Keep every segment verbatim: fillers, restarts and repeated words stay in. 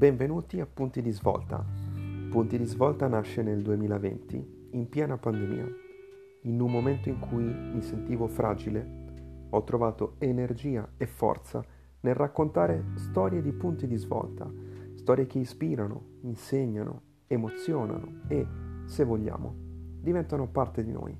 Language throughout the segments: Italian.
Benvenuti a Punti di Svolta. Punti di Svolta nasce nel duemilaventi, in piena pandemia. In un momento in cui mi sentivo fragile, ho trovato energia e forza nel raccontare storie di punti di svolta, storie che ispirano, insegnano, emozionano e, se vogliamo, diventano parte di noi.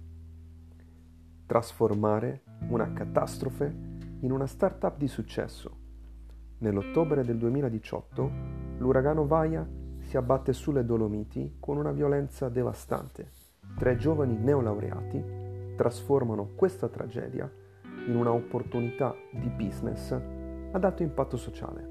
Trasformare una catastrofe in una startup di successo. Nell'ottobre del duemiladiciotto, l'uragano Vaia si abbatte sulle Dolomiti con una violenza devastante. Tre giovani neolaureati trasformano questa tragedia in una opportunità di business ad alto impatto sociale.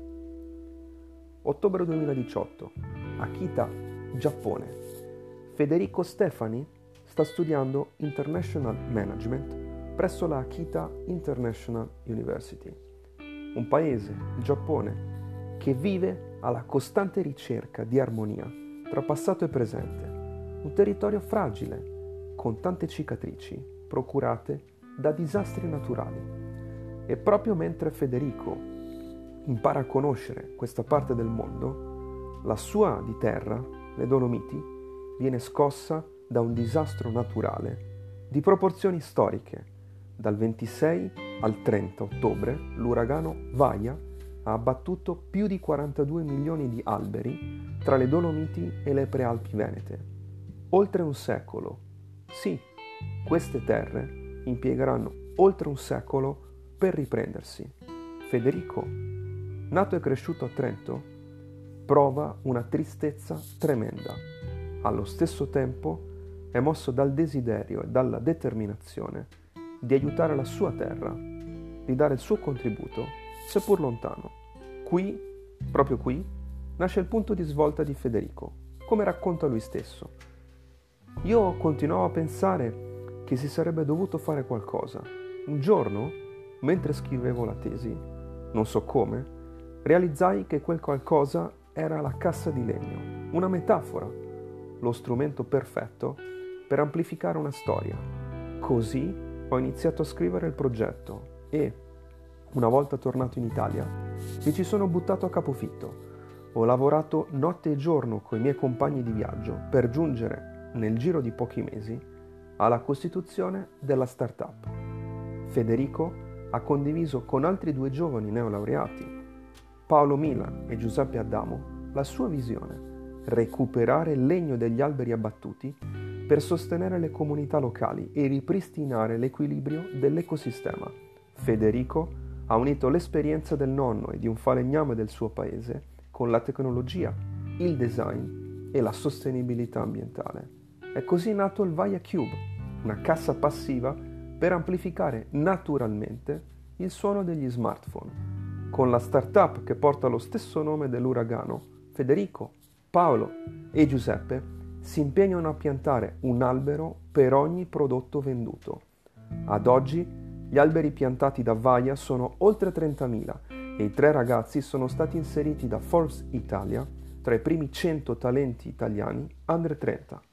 Ottobre duemiladiciotto, Akita, Giappone. Federico Stefani sta studiando International Management presso la Akita International University, un paese, il Giappone, che vive alla costante ricerca di armonia tra passato e presente, un territorio fragile, con tante cicatrici procurate da disastri naturali. E proprio mentre Federico impara a conoscere questa parte del mondo, la sua di terra, le Dolomiti, viene scossa da un disastro naturale di proporzioni storiche. Dal ventisei al trenta ottobre l'uragano Vaia ha abbattuto più di quarantadue milioni di alberi tra le Dolomiti e le prealpi venete. Oltre un secolo. Sì, queste terre impiegheranno oltre un secolo per riprendersi. Federico, nato e cresciuto a Trento, prova una tristezza tremenda. Allo stesso tempo è mosso dal desiderio e dalla determinazione di aiutare la sua terra, di dare il suo contributo, seppur lontano. Qui, proprio qui, nasce il punto di svolta di Federico, come racconta lui stesso. Io continuavo a pensare che si sarebbe dovuto fare qualcosa. Un giorno, mentre scrivevo la tesi, non so come, realizzai che quel qualcosa era la cassa di legno, una metafora, lo strumento perfetto per amplificare una storia. Così ho iniziato a scrivere il progetto e, una volta tornato in Italia, mi ci sono buttato a capofitto. Ho lavorato notte e giorno con i miei compagni di viaggio per giungere, nel giro di pochi mesi, alla costituzione della startup. Federico ha condiviso con altri due giovani neolaureati, Paolo Milan e Giuseppe Adamo, la sua visione: recuperare il legno degli alberi abbattuti per sostenere le comunità locali e ripristinare l'equilibrio dell'ecosistema. Federico ha unito l'esperienza del nonno e di un falegname del suo paese con la tecnologia, il design e la sostenibilità ambientale. È così nato il Vaia Cube, una cassa passiva per amplificare naturalmente il suono degli smartphone. Con la startup che porta lo stesso nome dell'uragano, Federico, Paolo e Giuseppe si impegnano a piantare un albero per ogni prodotto venduto. Ad oggi gli alberi piantati da Vaia sono oltre trentamila e i tre ragazzi sono stati inseriti da Forbes Italia tra i primi cento talenti italiani under trenta.